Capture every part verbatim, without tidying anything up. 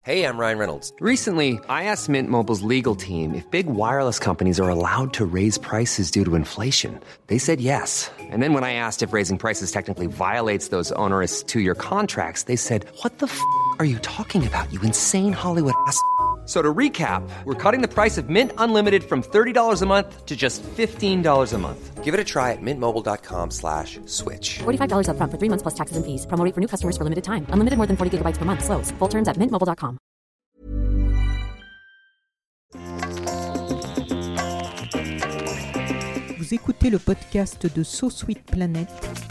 Hey, I'm Ryan Reynolds. Recently, I asked Mint Mobile's legal team if big wireless companies are allowed to raise prices due to inflation. They said yes. And then when I asked if raising prices technically violates those onerous two-year contracts, they said, what the f*** are you talking about, you insane Hollywood ass f- So to recap, we're cutting the price of Mint Unlimited from thirty dollars a month to just fifteen dollars a month. Give it a try at mintmobile.com slash switch. forty-five dollars up front for three months plus taxes and fees. Promo rate for new customers for limited time. Unlimited more than forty gigabytes per month. Slows full terms at mint mobile dot com. Vous écoutez le podcast de So Sweet Planet.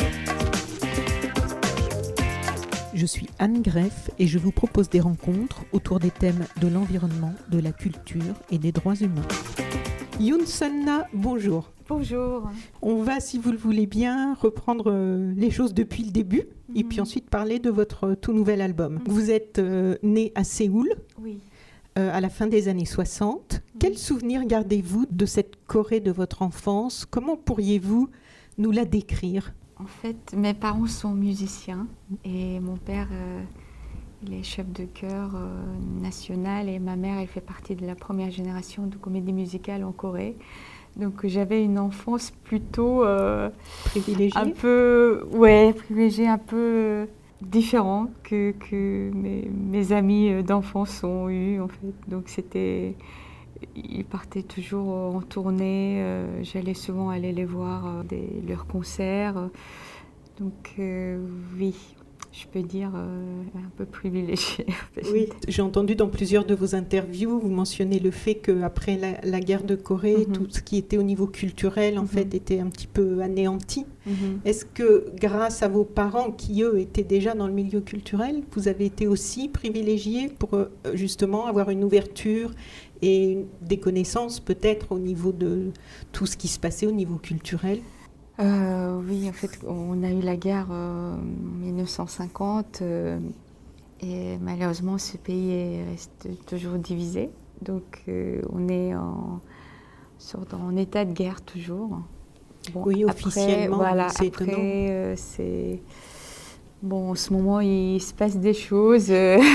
Je suis Anne Greff et je vous propose des rencontres autour des thèmes de l'environnement, de la culture et des droits humains. Youn Sonna, bonjour. Bonjour. On va, si vous le voulez bien, reprendre les choses depuis le début mmh. et puis ensuite parler de votre tout nouvel album. Mmh. Vous êtes euh, né à Séoul oui. euh, à la fin des années soixante. Mmh. Quels souvenirs gardez-vous de cette Corée de votre enfance ? Comment pourriez-vous nous la décrire ? En fait, mes parents sont musiciens et mon père, euh, il est chef de chœur euh, national et ma mère, elle fait partie de la première génération de comédie musicale en Corée. Donc j'avais une enfance plutôt euh, privilégiée, un peu, ouais, privilégiée, un peu différente que que mes, mes amis d'enfance ont eu en fait. Donc c'était, ils partaient toujours en tournée. Euh, j'allais souvent aller les voir euh, des, leurs concerts. Donc euh, oui. Je peux dire euh, un peu privilégiée. Oui, j'ai entendu dans plusieurs de vos interviews, vous mentionnez le fait qu'après la, la guerre de Corée, mm-hmm. tout ce qui était au niveau culturel, en mm-hmm. fait, était un petit peu anéanti. Mm-hmm. Est-ce que grâce à vos parents, qui eux étaient déjà dans le milieu culturel, vous avez été aussi privilégiés pour euh, justement avoir une ouverture et des connaissances peut-être au niveau de tout ce qui se passait au niveau culturel ? Euh, oui, en fait, on a eu la guerre euh, en dix-neuf cent cinquante euh, et malheureusement, ce pays reste toujours divisé. Donc, euh, on est en, sorte, en état de guerre toujours. Bon, oui, après, officiellement, voilà, c'est après, étonnant. Euh, c'est... Bon, en ce moment, il se passe des choses.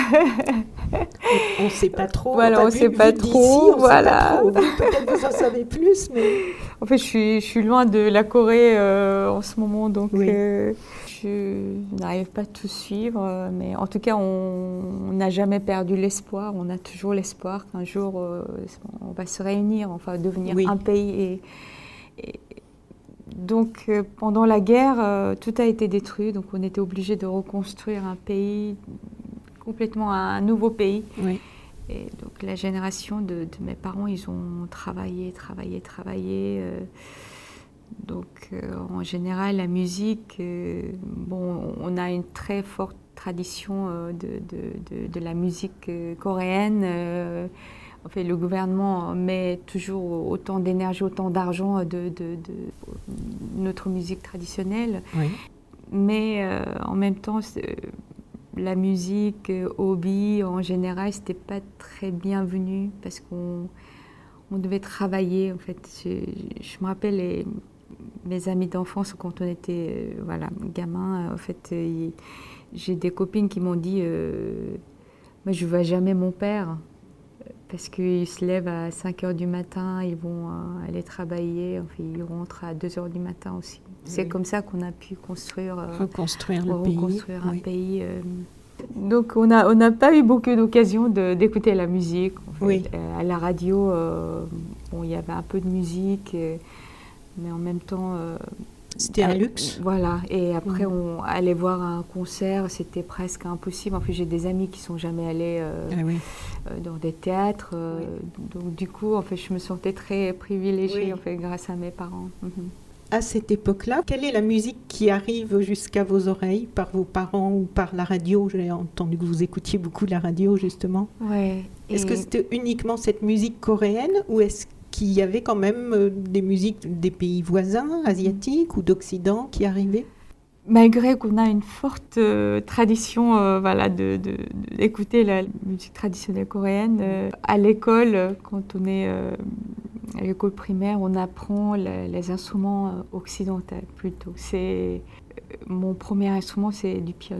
on ne sait pas trop. Voilà, on ne sait pas trop. On voilà. Sait pas trop. Peut-être que vous en savez plus, mais... En fait, je suis, je suis loin de la Corée euh, en ce moment, donc oui. euh, je n'arrive pas à tout suivre. Mais en tout cas, on n'a jamais perdu l'espoir. On a toujours l'espoir qu'un jour, euh, on va se réunir, enfin, devenir oui. un pays. Et, et donc, euh, pendant la guerre, euh, tout a été détruit. Donc, on était obligé de reconstruire un pays, complètement un nouveau pays. Oui. Et donc la génération de, de mes parents, ils ont travaillé, travaillé, travaillé. Euh, donc euh, en général, la musique, euh, bon, on a une très forte tradition euh, de, de, de, de la musique euh, coréenne. Euh, en fait, le gouvernement met toujours autant d'énergie, autant d'argent de, de, de notre musique traditionnelle. Oui. Mais euh, en même temps, c'est, la musique, euh, hobby, en général, c'était pas très bienvenu parce qu'on on devait travailler. En fait, je, je me rappelle les, mes amis d'enfance quand on était euh, voilà gamin. En fait, euh, j'ai des copines qui m'ont dit, euh, moi, je vois jamais mon père parce qu'ils se lèvent à cinq heures du matin, ils vont euh, aller travailler, enfin, ils rentrent à deux heures du matin aussi. C'est oui. comme ça qu'on a pu construire, euh, reconstruire le reconstruire pays. un oui. pays. Euh, donc on n'a on a pas eu beaucoup d'occasions de, d'écouter la musique. En fait. oui. euh, à la radio, euh, bon, il y avait un peu de musique, euh, mais en même temps... Euh, c'était un luxe. Voilà, et après oui. on allait voir un concert, c'était presque impossible. En fait, j'ai des amis qui sont jamais allés euh, ah oui. euh, dans des théâtres, euh, oui. donc du coup, en fait, je me sentais très privilégiée, oui. en fait, grâce à mes parents. Mm-hmm. À cette époque-là, quelle est la musique qui arrive jusqu'à vos oreilles par vos parents ou par la radio ? J'ai entendu que vous écoutiez beaucoup la radio, justement. Ouais, est-ce et... que c'était uniquement cette musique coréenne ou est-ce qu'il y avait quand même des musiques des pays voisins, asiatiques mmh. ou d'Occident qui arrivaient ? Malgré qu'on a une forte euh, tradition euh, voilà, de, de, de, d'écouter la musique traditionnelle coréenne, euh, à l'école, quand on est... Euh, à l'école primaire, on apprend les, les instruments occidentaux plutôt. C'est, mon premier instrument, c'est du piano.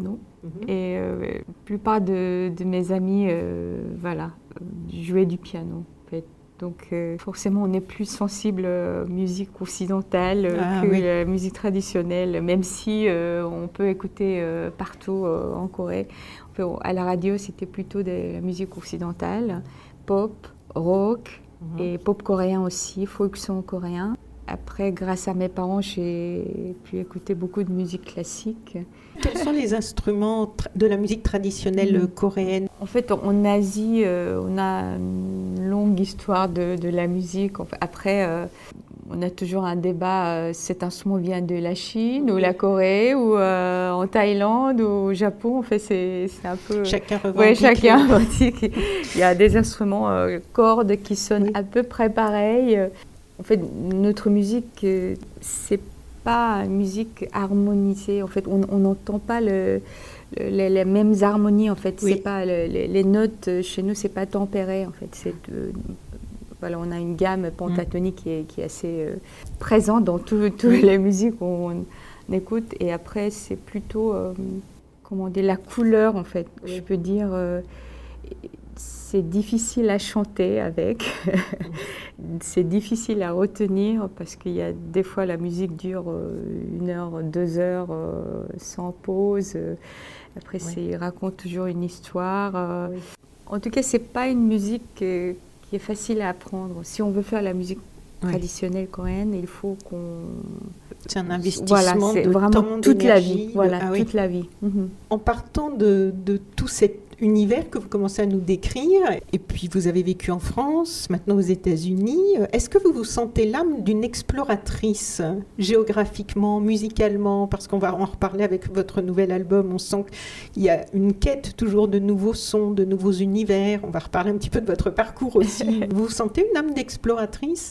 Mm-hmm. Et euh, la plupart de, de mes amis, euh, voilà, jouaient du piano, en fait. Donc euh, forcément, on est plus sensible à la musique occidentale euh, ah, que oui. la musique traditionnelle, même si euh, on peut écouter euh, partout euh, en Corée. Enfin, à la radio, c'était plutôt de la musique occidentale, pop, rock, mm-hmm. et pop coréen aussi, folk song coréen. Après, grâce à mes parents, j'ai pu écouter beaucoup de musique classique. Quels sont les instruments tra- de la musique traditionnelle mmh. coréenne ? En fait, en Asie, euh, on a une longue histoire de, de la musique. Après, euh, on a toujours un débat, euh, cet instrument vient de la Chine ou la Corée ou euh, en Thaïlande ou au Japon. En fait, c'est, c'est un peu... Chacun revendique. Oui, chacun revendique. Il y a des instruments euh, cordes qui sonnent oui. à peu près pareil. En fait, notre musique, euh, c'est pas une musique harmonisée. En fait, on n'entend pas le, le, les, les mêmes harmonies. En fait, oui. c'est pas le, les, les notes chez nous, c'est pas tempéré. En fait, c'est euh, voilà, on a une gamme pentatonique mmh. qui, est, qui est assez euh, présente dans toutes oui. les musiques qu'on on écoute. Et après, c'est plutôt euh, comment dire, la couleur. En fait, oui. je peux dire. Euh, C'est difficile à chanter avec, c'est difficile à retenir parce qu'il y a des fois la musique dure une heure, deux heures euh, sans pause. Après, oui. c'est, il raconte toujours une histoire. Euh. Oui. En tout cas, c'est pas une musique euh, qui est facile à apprendre. Si on veut faire la musique oui. traditionnelle coréenne, il faut qu'on... C'est un investissement voilà, c'est de vraiment temps, toute d'énergie. La vie, voilà, ah, toute oui. la vie. Mm-hmm. En partant de, de tout cet univers que vous commencez à nous décrire, et puis vous avez vécu en France, maintenant aux États-Unis, est-ce que vous vous sentez l'âme d'une exploratrice, géographiquement, musicalement, parce qu'on va en reparler avec votre nouvel album, on sent qu'il y a une quête toujours de nouveaux sons, de nouveaux univers, on va reparler un petit peu de votre parcours aussi. Vous vous sentez une âme d'exploratrice ?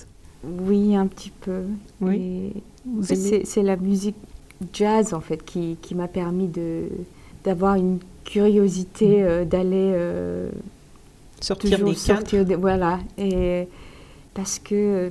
Oui, un petit peu. Oui. Et c'est, c'est la musique jazz, en fait, qui, qui m'a permis de, d'avoir une curiosité, euh, d'aller euh, sortir toujours des sortir de, voilà. Et parce que euh,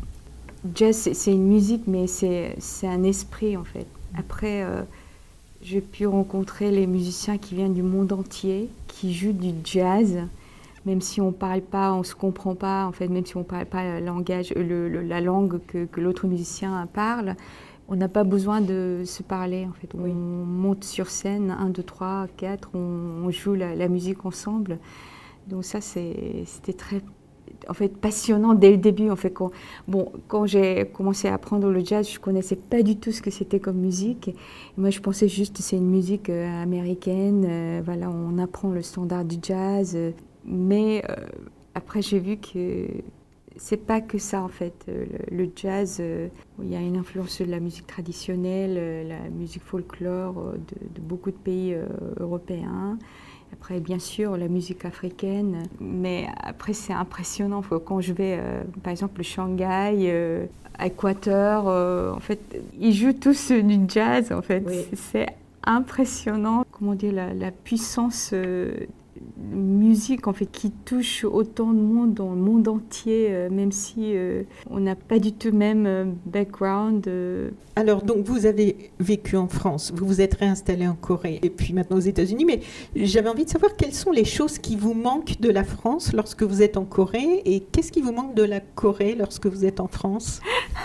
jazz, c'est, c'est une musique, mais c'est, c'est un esprit, en fait. Après, euh, j'ai pu rencontrer les musiciens qui viennent du monde entier, qui jouent du jazz. Même si on ne parle pas, on ne se comprend pas, en fait, même si on ne parle pas le langage, le, le, la langue que, que l'autre musicien parle, on n'a pas besoin de se parler, en fait. Oui. On monte sur scène, un, deux, trois, quatre, on, on joue la, la musique ensemble. Donc ça, c'est, c'était très, en fait, passionnant dès le début. En fait, quand, bon, quand j'ai commencé à apprendre le jazz, je ne connaissais pas du tout ce que c'était comme musique. Et moi, je pensais juste que c'est une musique euh, américaine. Euh, voilà, on apprend le standard du jazz. Euh, Mais euh, après, j'ai vu que c'est pas que ça, en fait. Le, le jazz, euh, il y a une influence de la musique traditionnelle, euh, la musique folklore euh, de, de beaucoup de pays euh, européens. Après, bien sûr, la musique africaine. Mais après, c'est impressionnant. Quand je vais, euh, par exemple, au Shanghai, euh, à Équateur, euh, en fait, ils jouent tous du jazz, en fait. Oui. C'est impressionnant. Comment dire, la, la puissance... Euh, musique en fait qui touche autant de monde dans le monde entier, euh, même si euh, on n'a pas du tout le même euh, background. Euh. Alors donc vous avez vécu en France, vous vous êtes réinstallé en Corée et puis maintenant aux États-Unis, mais j'avais envie de savoir quelles sont les choses qui vous manquent de la France lorsque vous êtes en Corée et qu'est-ce qui vous manque de la Corée lorsque vous êtes en France?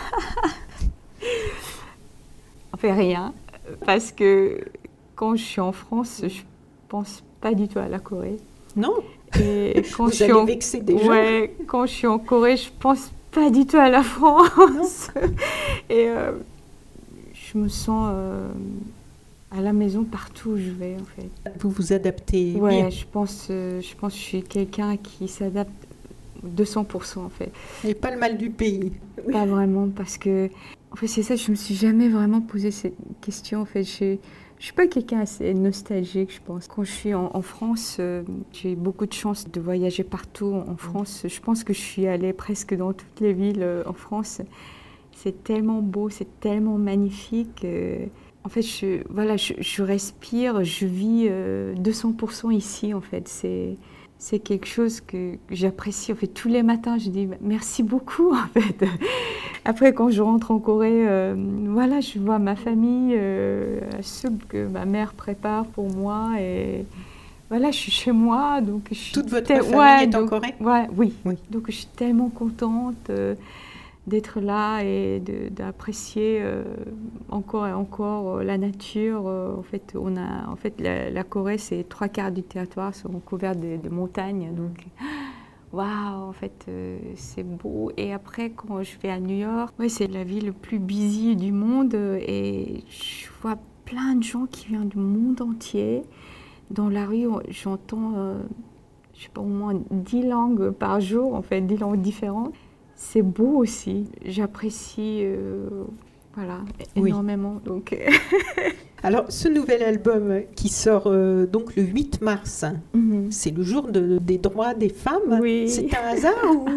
En fait rien, parce que quand je suis en France, je pense pas du tout à la Corée. Non. Et quand Vous je allez suis en... vexer des gens. Ouais, quand je suis en Corée, je pense pas du tout à la France. Et euh, je me sens euh, à la maison partout où je vais, en fait. Vous vous adaptez ouais, bien. je pense, euh, je pense que je suis quelqu'un qui s'adapte deux cents pour cent, en fait. Et pas le mal du pays. Pas vraiment, parce que... En fait, c'est ça, je me suis jamais vraiment posé cette question, en fait. Je... Je ne suis pas quelqu'un assez nostalgique, je pense. Quand je suis en, en France, euh, j'ai eu beaucoup de chance de voyager partout en, en France. Je pense que je suis allée presque dans toutes les villes euh, en France. C'est tellement beau, c'est tellement magnifique. Euh, en fait, je, voilà, je, je respire, je vis euh, deux cents pour cent ici, en fait. C'est, c'est quelque chose que, que j'apprécie. En fait, tous les matins, je dis merci beaucoup. En fait, après quand je rentre en Corée, euh, voilà, je vois ma famille, euh, la soupe que ma mère prépare pour moi et voilà, je suis chez moi, donc je suis toute votre tel... famille ouais, est donc, en Corée. Ouais, oui. oui. Donc je suis tellement contente euh, d'être là et de, d'apprécier euh, encore et encore euh, la nature. Euh, en fait, on a, en fait, la, la Corée, c'est trois quarts du territoire sont couverts de, de montagnes. Donc, waouh, en fait, euh, c'est beau. Et après, quand je vais à New York, ouais, c'est la ville la plus busy du monde et je vois plein de gens qui viennent du monde entier. Dans la rue, j'entends, euh, je sais pas, au moins dix langues par jour, en fait, dix langues différentes. C'est beau aussi. J'apprécie euh, voilà, oui. énormément. Donc. Alors, ce nouvel album qui sort euh, donc le huit mars, mm-hmm. c'est le jour de, des droits des femmes. Oui. C'est un hasard ou...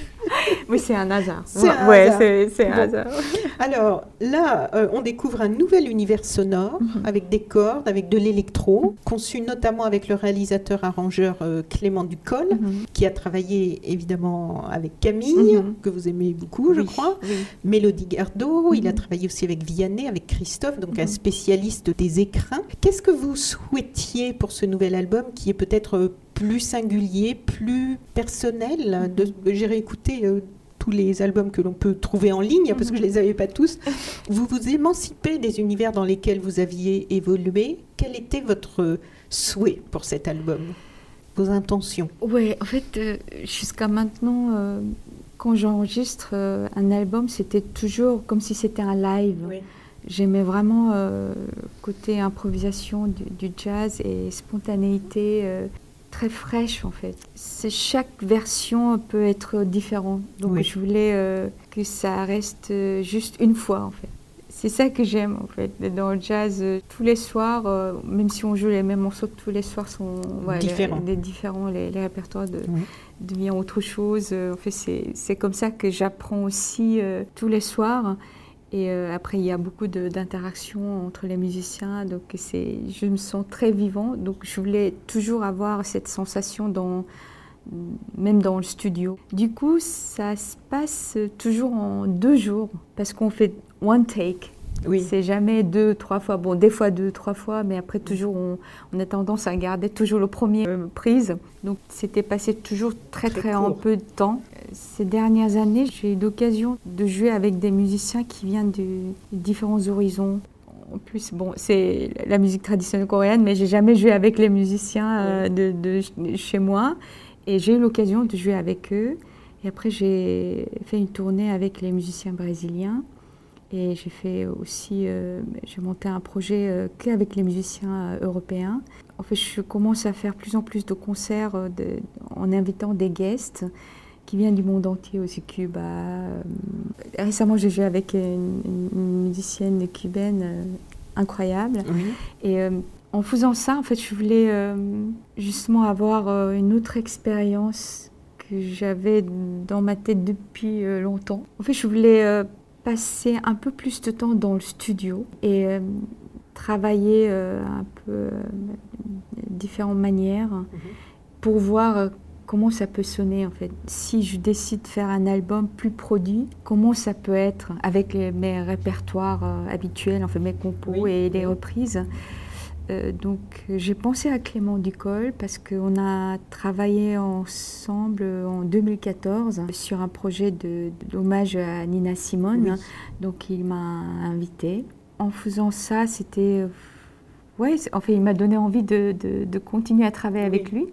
Oui, c'est un hasard. C'est ouais, un ouais, hasard. C'est, c'est un bon. hasard. Alors là, euh, on découvre un nouvel univers sonore mm-hmm. avec des cordes, avec de l'électro, mm-hmm. conçu notamment avec le réalisateur-arrangeur euh, Clément Ducol, mm-hmm. qui a travaillé évidemment avec Camille, mm-hmm. que vous aimez beaucoup, oui, je crois, oui. Mélodie Gardot, mm-hmm. il a travaillé aussi avec Vianney, avec Christophe, donc mm-hmm. un spécialiste des écrins. Qu'est-ce que vous souhaitiez pour ce nouvel album qui est peut-être euh, plus singulier, plus personnel de, j'ai réécouté euh, tous les albums que l'on peut trouver en ligne, parce que je ne les avais pas tous. Vous vous émancipez des univers dans lesquels vous aviez évolué. Quel était votre souhait pour cet album? Vos intentions? Oui, en fait, euh, jusqu'à maintenant, euh, quand j'enregistre euh, un album, c'était toujours comme si c'était un live. Oui. J'aimais vraiment euh, côté improvisation du, du jazz et spontanéité euh, très fraîche en fait. C'est, chaque version peut être différente. Donc oui. je voulais euh, que ça reste euh, juste une fois en fait. C'est ça que j'aime en fait. Dans le jazz, euh, tous les soirs, euh, même si on joue les mêmes morceaux, tous les soirs sont ouais, différents. Les, les différents, les, les répertoires de, oui. deviennent autre chose. En fait, c'est, c'est comme ça que j'apprends aussi euh, tous les soirs. Et euh, après, il y a beaucoup de, d'interactions entre les musiciens, donc c'est, je me sens très vivant. Donc je voulais toujours avoir cette sensation, dans, même dans le studio. Du coup, ça se passe toujours en deux jours, parce qu'on fait one take. Oui. C'est jamais deux, trois fois. Bon, des fois deux, trois fois, mais après toujours, on, on a tendance à garder toujours le premier euh, prise. Donc c'était passé toujours très, très, très en peu de temps. Ces dernières années, j'ai eu l'occasion de jouer avec des musiciens qui viennent de différents horizons. En plus, bon, c'est la musique traditionnelle coréenne, mais j'ai jamais joué avec les musiciens euh, de, de, de chez moi. Et j'ai eu l'occasion de jouer avec eux. Et après, j'ai fait une tournée avec les musiciens brésiliens. Et j'ai fait aussi, euh, j'ai monté un projet euh, qu'avec les musiciens euh, européens. En fait, je commence à faire plus en plus de concerts euh, de, en invitant des guests qui viennent du monde entier, aussi Cuba. Euh, récemment, j'ai joué avec une, une musicienne cubaine euh, incroyable. Oui. Et euh, en faisant ça, en fait, je voulais euh, justement avoir euh, une autre expérience que j'avais dans ma tête depuis euh, longtemps. En fait, je voulais euh, passer un peu plus de temps dans le studio et euh, travailler euh, un peu euh, de différentes manières mm-hmm. pour voir euh, comment ça peut sonner en fait. Si je décide de faire un album plus produit, comment ça peut être avec les, mes répertoires euh, habituels, en fait mes compos oui. et les reprises. Euh, donc j'ai pensé à Clément Ducol parce qu'on a travaillé ensemble en deux mille quatorze sur un projet de, de l'hommage à Nina Simone. Oui. Donc il m'a invitée. En faisant ça, c'était... Ouais, en fait, il m'a donné envie de, de, de continuer à travailler oui. avec lui.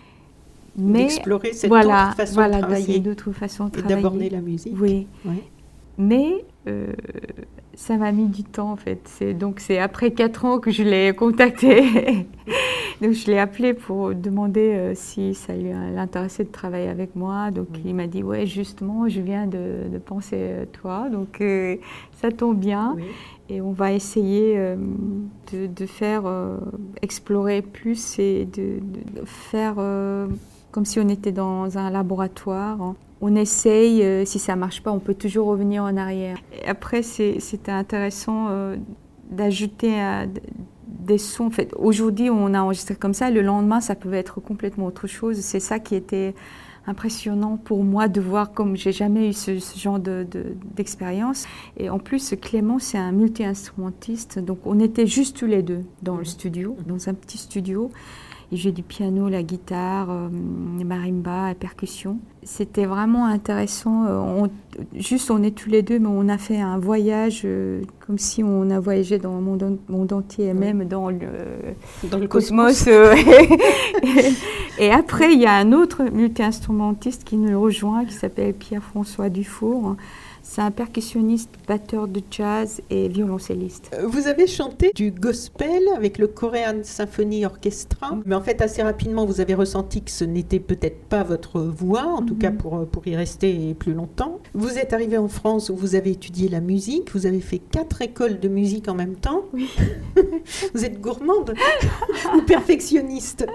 Mais d'explorer cette voilà, autre façon voilà, de travailler. D'autres façons de et travailler. d'aborder la musique. Oui. oui. Mais... Euh, ça m'a mis du temps en fait. C'est, donc c'est après quatre ans que je l'ai contacté. Donc je l'ai appelé pour demander euh, si ça lui l'intéressait de travailler avec moi. Donc oui. il m'a dit ouais justement je viens de, de penser à toi. Donc euh, ça tombe bien. Oui. Et on va essayer euh, de, de faire euh, explorer plus et de, de faire euh, comme si on était dans un laboratoire. Hein. On essaye, euh, si ça ne marche pas, on peut toujours revenir en arrière. Et après, c'est, c'était intéressant euh, d'ajouter, à, des sons. En fait, aujourd'hui, on a enregistré comme ça. Le lendemain, ça pouvait être complètement autre chose. C'est ça qui était impressionnant pour moi de voir, comme j'ai jamais eu ce, ce genre de, de, d'expérience. Et en plus, Clément, c'est un multi-instrumentiste. Donc, on était juste tous les deux dans le studio, dans un petit studio. Il jouait du piano, la guitare, euh, marimba, la percussion. C'était vraiment intéressant. On, juste, on est tous les deux, mais on a fait un voyage euh, comme si on a voyagé dans le monde, monde entier, et même dans le, dans le cosmos. cosmos. Euh, et, et après, il y a un autre multi-instrumentiste qui nous rejoint, qui s'appelle Pierre-François Dufour. C'est un percussionniste, batteur de jazz et violoncelliste. Vous avez chanté du gospel avec le Korean Symphony Orchestra, mais en fait assez rapidement vous avez ressenti que ce n'était peut-être pas votre voix, en mm-hmm. tout cas pour, pour y rester plus longtemps. Vous êtes arrivé en France où vous avez étudié la musique, vous avez fait quatre écoles de musique en même temps. Oui. Vous êtes gourmande ou perfectionniste?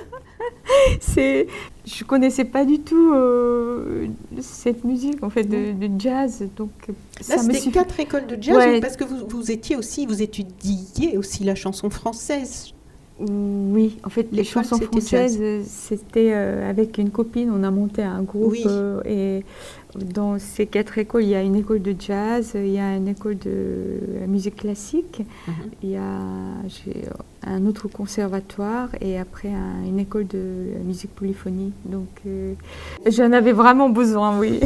C'est, je connaissais pas du tout euh, cette musique en fait de, de jazz, donc ça là me c'était suffit. Quatre écoles de jazz, Ouais. parce que vous, vous étiez aussi, vous étudiiez aussi la chanson française. Oui, en fait les L'école, chansons c'était françaises, jazz. c'était euh, avec une copine, on a monté un groupe Oui. euh, et dans ces quatre écoles, il y a une école de jazz, il y a une école de musique classique, Mhm. il y a j'ai un autre conservatoire et après un- une école de musique polyphonie. Donc euh, j'en avais vraiment besoin, oui.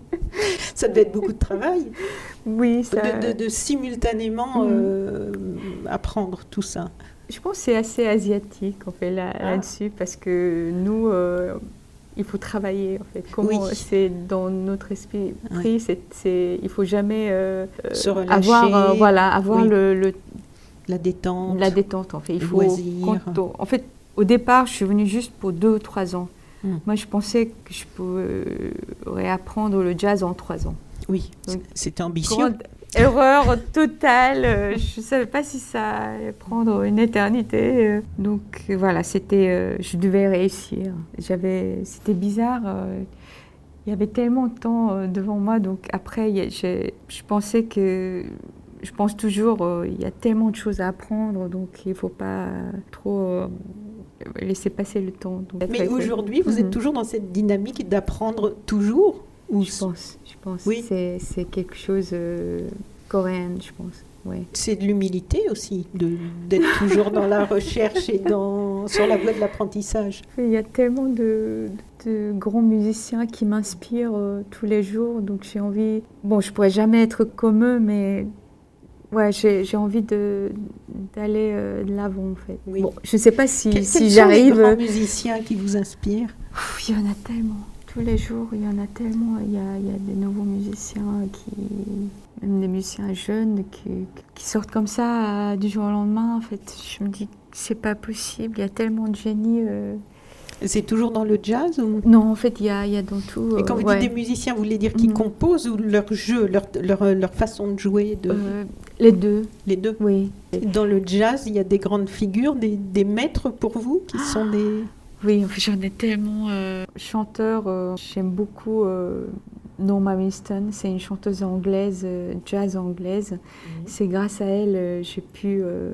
Ça devait être beaucoup de travail Oui, ça... de, de, de simultanément Mhm. euh, apprendre tout ça. Je pense que c'est assez asiatique en fait, là, Ah. là-dessus, parce que nous, euh, il faut travailler en fait. Comment Oui. c'est dans notre esprit, Ouais. c'est, c'est, il faut jamais euh, Se euh, relâcher. avoir, euh, voilà, avoir Oui. le, le- La détente. la détente en fait. Il le faut, loisir. quand on- en fait, au départ, je suis venue juste pour deux ou trois ans. Mm. Moi, je pensais que je pourrais apprendre le jazz en trois ans. Oui, Donc, c'était ambitieux. Grande erreur totale. euh, Je ne savais pas si ça allait prendre une éternité. euh. Donc euh, voilà, c'était, euh, je devais réussir. J'avais, c'était bizarre. euh, Il y avait tellement de temps euh, devant moi. Donc après, il y a- j'ai- je pensais que, je pense toujours, euh, il y a tellement de choses à apprendre. Donc il ne faut pas euh, trop euh, laisser passer le temps. Donc, Mais être- aujourd'hui, vous Mhm. êtes toujours dans cette dynamique d'apprendre toujours ou Je pense, je pense. Oui. C'est, c'est quelque chose euh, coréen, je pense. Ouais. c'est de l'humilité aussi, de, d'être toujours dans la recherche et dans, sur la voie de l'apprentissage. Il y a tellement de, de grands musiciens qui m'inspirent euh, tous les jours, donc j'ai envie... Bon, je pourrais jamais être comme eux, mais ouais, j'ai, j'ai envie de, d'aller euh, de l'avant, en fait. Oui. Bon, je ne sais pas si, Quels, si quels j'arrive... sont les grands musiciens qui vous inspirent? Pff, il y en a tellement. Tous les jours, il y en a tellement. Il y a, il y a des nouveaux musiciens, qui, même des musiciens jeunes qui, qui sortent comme ça euh, du jour au lendemain. En fait, je me dis que c'est pas possible. Il y a tellement de génie. euh. C'est toujours dans le jazz ou... Non, en fait, il y a, il y a dans tout. Et quand vous euh, ouais. dites des musiciens, vous voulez dire qui Mhm. composent ou leur jeu, leur, leur, leur façon de jouer de... Euh, les deux, Les deux. oui. Dans le jazz, il y a des grandes figures, des, des maîtres pour vous qui sont des... Oui, en fait, j'en ai tellement. Euh, chanteur, euh, j'aime beaucoup euh, Norma Winston. C'est une chanteuse anglaise, euh, jazz anglaise. C'est grâce à elle euh, j'ai pu. Euh,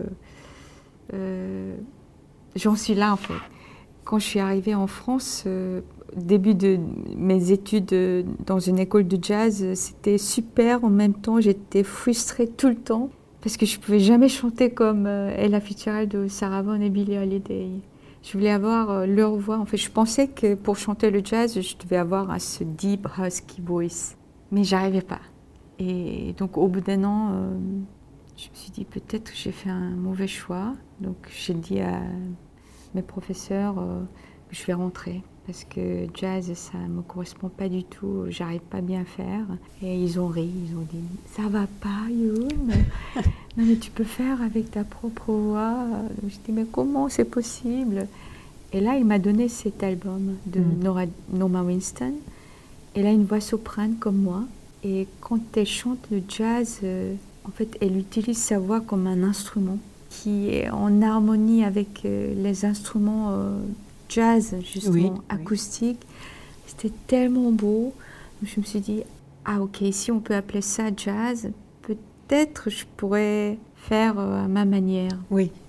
euh, j'en suis là en fait. Quand je suis arrivée en France, euh, début de mes études euh, dans une école de jazz, euh, c'était super. En même temps, j'étais frustrée tout le temps parce que je pouvais jamais chanter comme euh, Ella Fitzgerald ou Sarah Vaughan et Billie Holiday. Je voulais avoir euh, leur voix. En fait, je pensais que pour chanter le jazz, je devais avoir euh, ce deep, husky voice. Mais j'arrivais pas. Et donc, au bout d'un an, euh, je me suis dit peut-être que j'ai fait un mauvais choix. Donc, j'ai dit à mes professeurs euh, que je vais rentrer. Parce que jazz, ça ne me correspond pas du tout. J'arrive pas bien à faire. Et ils ont ri. Ils ont dit ça va pas, Youn. Non, mais tu peux faire avec ta propre voix. Donc, je dis, mais comment c'est possible? Et là, il m'a donné cet album de Mm. Nora, Norma Winston. Elle a une voix soprane comme moi. Et quand elle chante le jazz, euh, en fait, elle utilise sa voix comme un instrument qui est en harmonie avec euh, les instruments euh, jazz, justement, Oui, oui. acoustiques. C'était tellement beau. Donc, je me suis dit, ah ok, si on peut appeler ça jazz, peut-être je pourrais faire euh, à ma manière. Oui,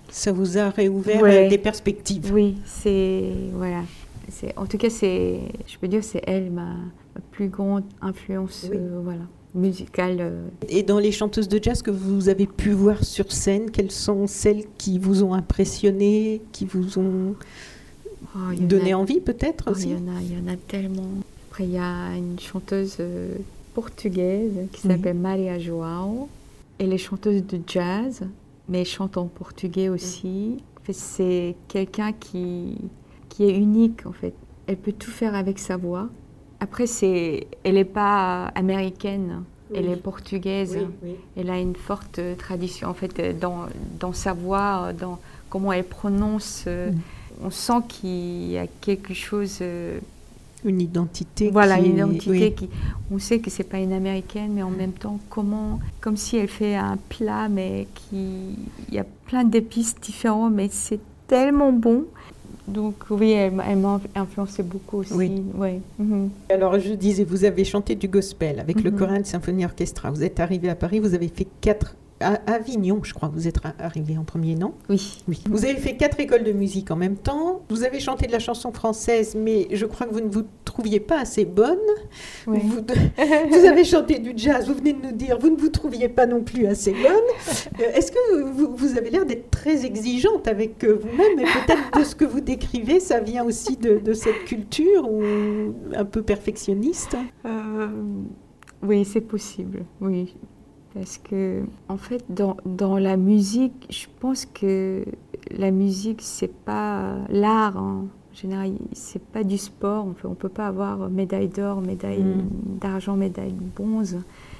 Ça vous a réouvert Ouais. euh, des perspectives. Oui, c'est voilà. C'est, en tout cas, c'est, je peux dire, c'est elle ma, ma plus grande influence, Oui. euh, voilà, musicale. euh. Et dans les chanteuses de jazz que vous avez pu voir sur scène, quelles sont celles qui vous ont impressionné, qui vous ont Oh, il y en donné a- envie peut-être oh, aussi? il y en a, il y en a tellement. Après, il y a une chanteuse euh, portugaise qui Oui. s'appelle Maria João. Elle est chanteuse de jazz, mais elle chante en portugais aussi. En fait, c'est quelqu'un qui, qui est unique, en fait. Elle peut tout faire avec sa voix. Après, c'est, elle n'est pas américaine, Oui. elle est portugaise. oui. Elle a une forte euh, tradition, en fait, euh, dans, dans sa voix, euh, dans comment elle prononce. euh, Mm. On sent qu'il y a quelque chose... euh, Une identité. voilà, qui une est- identité oui. qui... On sait que c'est pas une américaine, mais en même temps, comment... Comme si elle fait un plat, mais qui... Il y a plein d'épices différents, mais c'est tellement bon. Donc oui, elle, m'a- elle m'a influencé beaucoup aussi. Oui. Ouais. Mhm. Alors je disais, vous avez chanté du gospel avec le Mhm. Choral Symphonie Orchestra. Vous êtes arrivé à Paris, vous avez fait quatre... À Avignon, je crois, vous êtes a- arrivé en premier, non? Oui. Oui. Vous avez fait quatre écoles de musique en même temps. Vous avez chanté de la chanson française, mais je crois que vous ne vous trouviez pas assez bonne. Ouais. Vous, vous avez chanté du jazz, vous venez de nous dire, vous ne vous trouviez pas non plus assez bonne. Euh, Est-ce que vous, vous avez l'air d'être très exigeante avec euh, vous-même, et peut-être de ce que vous décrivez, ça vient aussi de, de cette culture ou un peu perfectionniste? Euh, oui, c'est possible, oui. Parce que, en fait, dans, dans la musique, je pense que la musique, c'est pas l'art, hein. En général, c'est pas du sport. En fait, on peut pas avoir médaille d'or, médaille Mm. d'argent, médaille de bronze.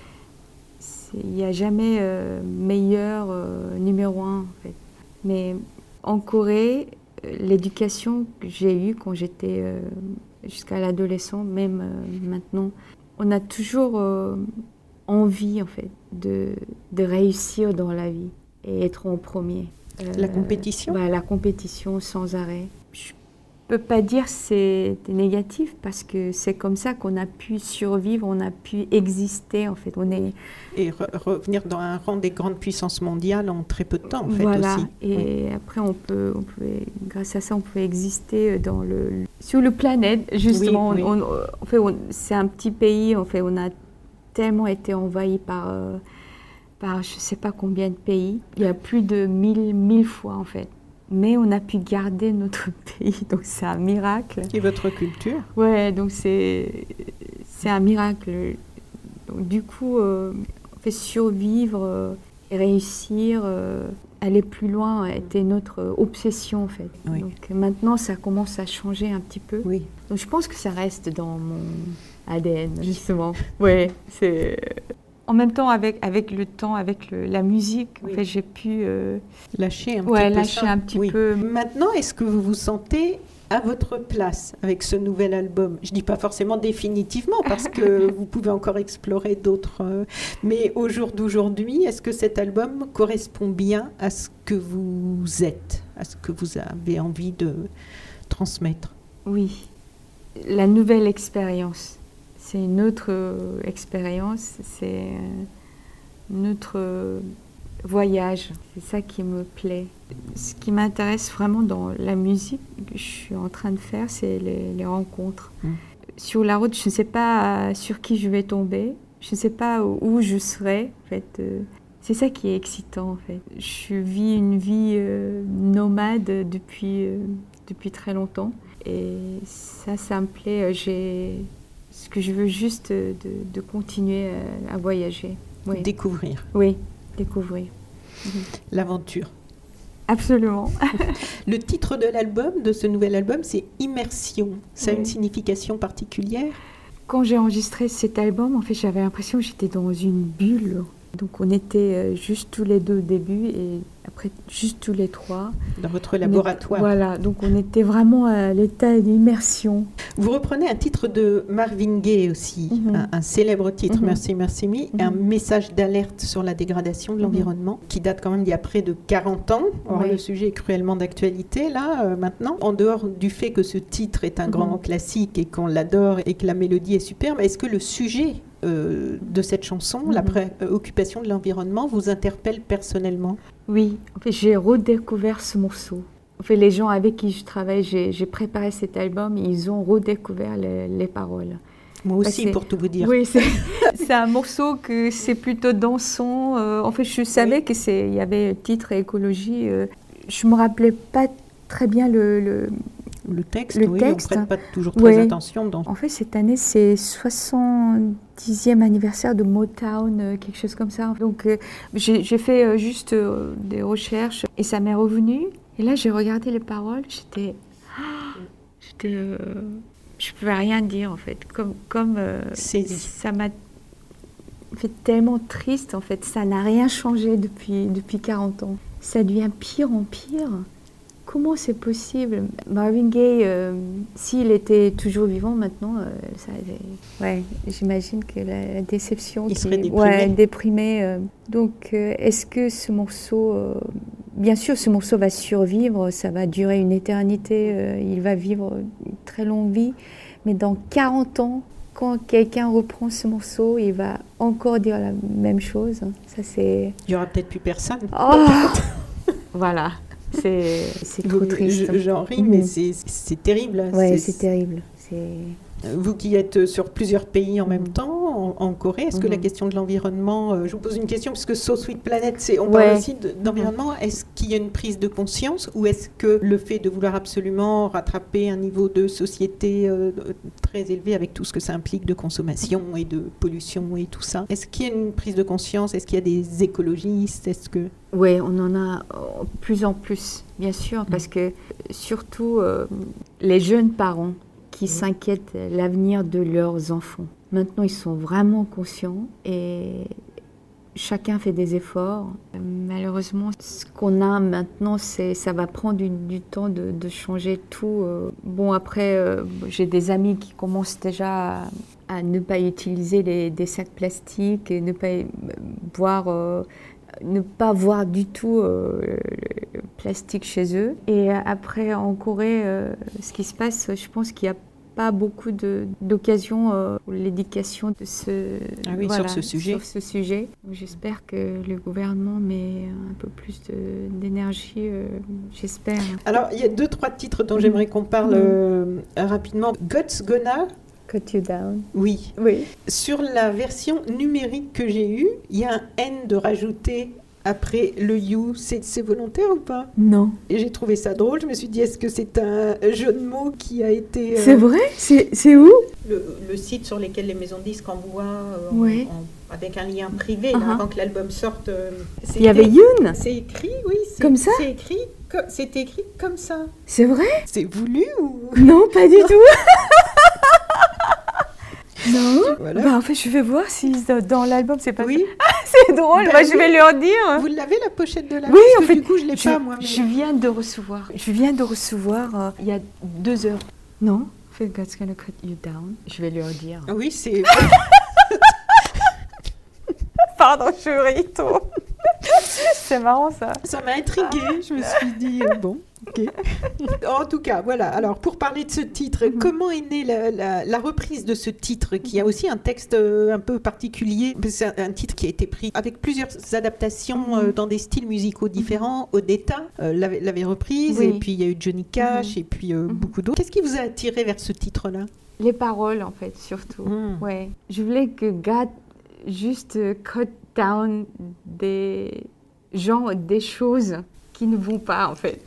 C'est- Il n'y a jamais euh, meilleur euh, numéro un, en fait. Mais en Corée, euh, l'éducation que j'ai eue quand j'étais euh, jusqu'à l'adolescent, même euh, maintenant, on a toujours euh, envie, en fait, de, de réussir dans la vie et être en premier. La Euh, compétition? voilà, la compétition sans arrêt. Je peux pas dire que c'est négatif parce que c'est comme ça qu'on a pu survivre, on a pu exister, en fait. On est, Et re- revenir dans un rang des grandes puissances mondiales en très peu de temps, en fait, voilà. aussi. Et après, on peut, on peut, grâce à ça, on peut exister dans le, sur le planète, justement. Oui, oui. On, on- en fait, on- c'est un petit pays, en fait, on a tellement été envahi par, euh, par je ne sais pas combien de pays. Il y a plus de mille, mille fois, en fait. Mais on a pu garder notre pays, donc c'est un miracle. Et votre culture? Ouais, donc c'est, c'est un miracle. Donc, du coup, euh, on fait survivre euh, et réussir, euh, aller plus loin était notre obsession, en fait. Oui. Donc maintenant, ça commence à changer un petit peu. Oui. Donc je pense que ça reste dans mon A D N, justement. Ouais, c'est... En même temps, avec, avec le temps, avec le- la musique, Oui. en fait, j'ai pu... euh, Lâcher un Ouais, petit peu lâcher ça. un petit Oui. peu. Maintenant, est-ce que vous vous sentez à votre place avec ce nouvel album? Je ne dis pas forcément définitivement, parce que vous pouvez encore explorer d'autres... euh, mais au jour d'aujourd'hui, est-ce que cet album correspond bien à ce que vous êtes, à ce que vous avez envie de transmettre? Oui, la nouvelle expérience. C'est une autre euh, expérience, c'est euh, un autre euh, voyage. C'est ça qui me plaît. Ce qui m'intéresse vraiment dans la musique que je suis en train de faire, c'est les, les rencontres. Mm. Sur la route, je ne sais pas euh, sur qui je vais tomber, je ne sais pas où, où je serai. En fait, euh, c'est ça qui est excitant. En fait, je vis une vie euh, nomade depuis euh, depuis très longtemps, et ça, ça me plaît. J'ai ce que je veux juste de, de continuer à, à voyager. Oui. Découvrir Oui, découvrir. l'aventure. Absolument. Le titre de l'album, de ce nouvel album, c'est Immersion. Ça a Oui. une signification particulière? Quand j'ai enregistré cet album, en fait, j'avais l'impression que j'étais dans une bulle. Donc on était euh, juste tous les deux au début et après juste tous les trois. Dans votre On laboratoire. était- voilà, donc on était vraiment à l'état d'immersion. Vous reprenez un titre de Marvin Gaye aussi, Mhm. un, un célèbre titre, Mhm. Merci, Merci Me, Mhm. un message d'alerte sur la dégradation de Mhm. l'environnement qui date quand même d'il y a près de quarante ans. Or, Oui. le sujet est cruellement d'actualité là, euh, maintenant. En dehors du fait que ce titre est un Mhm. grand classique et qu'on l'adore et que la mélodie est superbe, est-ce que le sujet euh, de cette chanson, mm-hmm. la préoccupation de l'environnement, vous interpelle personnellement? Oui, en fait, j'ai redécouvert ce morceau. En fait, les gens avec qui je travaille, j'ai, j'ai préparé cet album, ils ont redécouvert les, les paroles. Moi aussi, c'est, pour tout vous dire. Oui, c'est, c'est un morceau que c'est plutôt dansant. Euh, en fait, je savais oui. que c'est, il y avait titre écologie. Euh, je me rappelais pas très bien le le, le texte. Le oui, texte. On prête pas toujours très oui. attention. Dans... En fait, cette année, c'est soixante-dixième anniversaire de Motown, euh, quelque chose comme ça. Donc, euh, j'ai, j'ai fait euh, juste euh, des recherches et ça m'est revenu. Et là, j'ai regardé les paroles. J'étais, ah, j'étais. Euh, Je ne pouvais rien dire, en fait. Comme, comme euh, ça m'a fait tellement triste, en fait. Ça n'a rien changé depuis, depuis quarante ans. Ça devient pire en pire. Comment c'est possible? Marvin Gaye, euh, s'il était toujours vivant maintenant, euh, ça, ouais, j'imagine que la, la déception... Il qui, serait déprimé. Ouais, déprimé. Euh. Donc, euh, est-ce que ce morceau... Euh, bien sûr, ce morceau va survivre, ça va durer une éternité, euh, il va vivre une très longue vie. Mais dans quarante ans, quand quelqu'un reprend ce morceau, il va encore dire la même chose. Ça, c'est... Il n'y aura peut-être plus personne. Oh voilà, c'est, c'est trop triste. Je, j'en ris, mmh. mais c'est, c'est terrible. Oui, c'est, c'est terrible. C'est... Vous qui êtes sur plusieurs pays en même temps, en, en Corée, est-ce mmh. que la question de l'environnement, euh, je vous pose une question, parce que So Sweet Planet, c'est, on ouais. parle aussi de, d'environnement, est-ce qu'il y a une prise de conscience ou est-ce que le fait de vouloir absolument rattraper un niveau de société euh, très élevé avec tout ce que ça implique de consommation et de pollution et tout ça, est-ce qu'il y a une prise de conscience? Est-ce qu'il y a des écologistes? Est-ce que... Oui, on en a de plus en plus, bien sûr, mmh. parce que surtout euh, les jeunes parents qui s'inquiètent de l'avenir de leurs enfants. Maintenant, ils sont vraiment conscients et chacun fait des efforts. Malheureusement, ce qu'on a maintenant, c'est, ça va prendre du, du temps de, de changer tout. Bon, après, euh, j'ai des amis qui commencent déjà à, à ne pas utiliser les, des sacs plastiques et ne pas boire... Euh, ne pas voir du tout euh, le plastique chez eux. Et après, en Corée, euh, ce qui se passe, je pense qu'il n'y a pas beaucoup de, d'occasions euh, pour l'éducation de ce, ah oui, voilà, sur ce sujet. Sur ce sujet. J'espère que le gouvernement met un peu plus de, d'énergie, euh, j'espère. Alors, il y a deux, trois titres dont mmh. j'aimerais qu'on parle mmh. euh, rapidement. God's Gonna... Cut You Down. Oui. oui. Sur la version numérique que j'ai eue, il y a un N de rajouté après le You. C'est, c'est volontaire ou pas? Non. Et j'ai trouvé ça drôle. Je me suis dit, est-ce que c'est un jeu de mots qui a été... Euh, c'est vrai? C'est, c'est où? le, le site sur lequel les maisons de disques envoient euh, oui. en, en, avec un lien privé, uh-huh. là, avant que l'album sorte. Euh, il y avait Yoon? C'est écrit, oui. C'est, comme ça? C'est écrit, co- c'est écrit comme ça. C'est vrai? C'est voulu ou... Non, pas du tout. Non, voilà. Bah, en fait, je vais voir si dans l'album c'est pas oui. ça. C'est drôle, ben moi oui. je vais leur dire. Vous l'avez la pochette de l'album? Oui, en fait, du coup je l'ai je, pas moi. Mais... Je viens de recevoir. Je viens de recevoir euh, il y a deux heures. Non, fait God's Gonna Cut You Down. Je vais leur dire. Oui, c'est. Pardon, je ris trop. C'est marrant ça. Ça m'a intriguée. Je me suis dit euh, bon. Okay. En tout cas, voilà. Alors, pour parler de ce titre, mm-hmm. comment est née la, la, la reprise de ce titre, qui a aussi un texte euh, un peu particulier? C'est un, un titre qui a été pris avec plusieurs adaptations mm-hmm. euh, dans des styles musicaux différents. Mm-hmm. Odetta euh, l'avait, l'avait reprise, oui. et puis il y a eu Johnny Cash, mm-hmm. et puis euh, mm-hmm. beaucoup d'autres. Qu'est-ce qui vous a attiré vers ce titre-là? Les paroles, en fait, surtout. Mm. Ouais. Je voulais que God juste cut down des gens, des choses qui ne vont pas, en fait.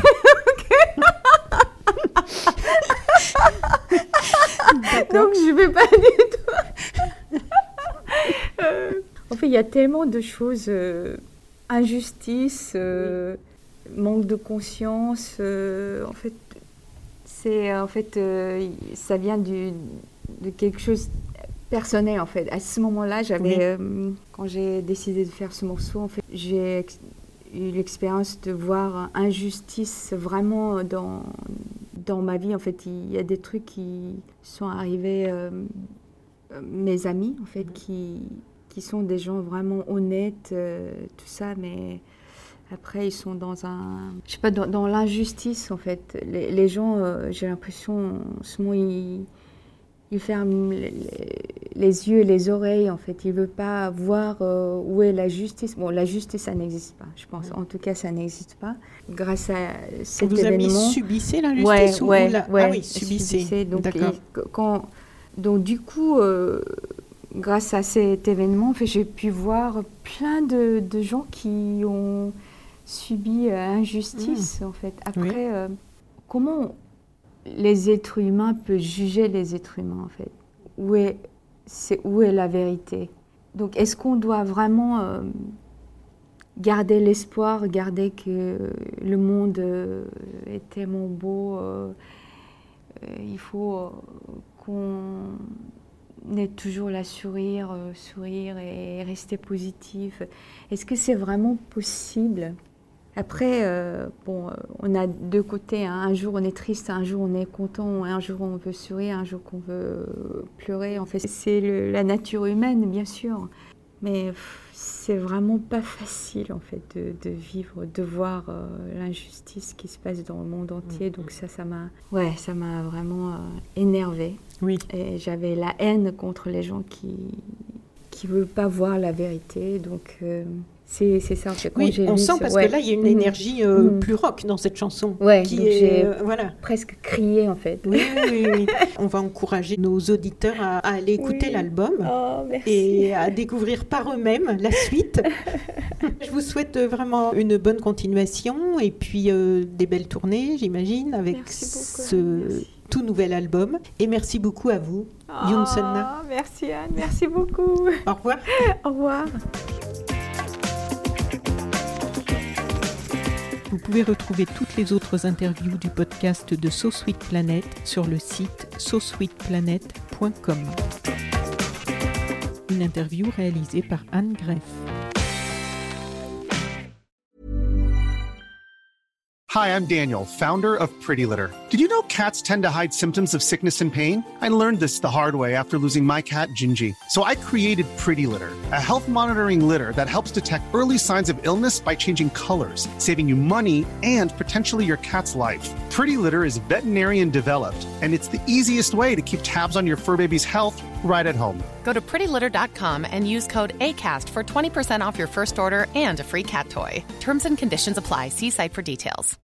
Donc, je ne vais pas du tout. euh, en fait, il y a tellement de choses. Euh, injustice, euh, oui. manque de conscience. Euh, en fait, c'est, en fait euh, ça vient du, de quelque chose personnel, en fait. À ce moment-là, j'avais, oui. euh, quand j'ai décidé de faire ce morceau, en fait, j'ai ex- eu l'expérience de voir injustice vraiment dans, dans ma vie. En fait, il y a des trucs qui sont arrivés, euh, mes amis, en fait, qui, qui sont des gens vraiment honnêtes, euh, tout ça, mais après, ils sont dans un... Je sais pas, dans, dans l'injustice, en fait. Les, les gens, euh, j'ai l'impression, en ce moment, ils, ils ferment les, les yeux et les oreilles, en fait. Il ne veut pas voir euh, où est la justice. Bon, la justice, ça n'existe pas, je pense. En tout cas, ça n'existe pas. Grâce à cet vous événement... Vous avez subissé la justice ouais, ou ouais, la... ouais, Ah oui, subissé. Donc, D'accord. Et, quand, donc, du coup, euh, grâce à cet événement, en fait, j'ai pu voir plein de, de gens qui ont subi euh, injustice, mmh. en fait. Après, oui. euh, comment les êtres humains peuvent juger les êtres humains, en fait? Où est, c'est, où est la vérité? Donc, est-ce qu'on doit vraiment euh, garder l'espoir, garder que le monde euh, est tellement beau euh, euh, il faut euh, qu'on ait toujours la sourire, euh, sourire et rester positif. Est-ce que c'est vraiment possible? Après, euh, bon, on a deux côtés. Hein. Un jour, on est triste, un jour, on est content, un jour, on veut sourire, un jour, qu'on veut pleurer. En fait, c'est le, la nature humaine, bien sûr. Mais pff, c'est vraiment pas facile, en fait, de, de vivre, de voir euh, l'injustice qui se passe dans le monde entier. Donc ça, ça m'a, ouais, ça m'a vraiment euh, énervée. Oui. Et j'avais la haine contre les gens qui qui veulent pas voir la vérité. Donc... Euh, C'est, c'est ça, c'est quand oui, j'ai on lu sent ce... parce ouais. que là, il y a une mmh. énergie euh, mmh. plus rock dans cette chanson. Ouais, qui donc est, j'ai euh, voilà. presque crié, en fait. Oui, oui, oui. On va encourager nos auditeurs à, à aller écouter oui. l'album oh, merci. et à découvrir par eux-mêmes la suite. Je vous souhaite vraiment une bonne continuation et puis euh, des belles tournées, j'imagine, avec ce merci. tout nouvel album. Et merci beaucoup à vous, oh, Yoon Sun-na. Merci Anne, merci beaucoup. Au revoir. Au revoir. Vous pouvez retrouver toutes les autres interviews du podcast de So Sweet Planet sur le site so sweet planet point com. Une interview réalisée par Anne Greff. Hi, I'm Daniel, founder of Pretty Litter. Did you know cats tend to hide symptoms of sickness and pain? I learned this the hard way after losing my cat, Gingy. So I created Pretty Litter, a health monitoring litter that helps detect early signs of illness by changing colors, saving you money and potentially your cat's life. Pretty Litter is veterinarian developed, and it's the easiest way to keep tabs on your fur baby's health right at home. Go to pretty litter dot com and use code ACAST for twenty percent off your first order and a free cat toy. Terms and conditions apply. See site for details.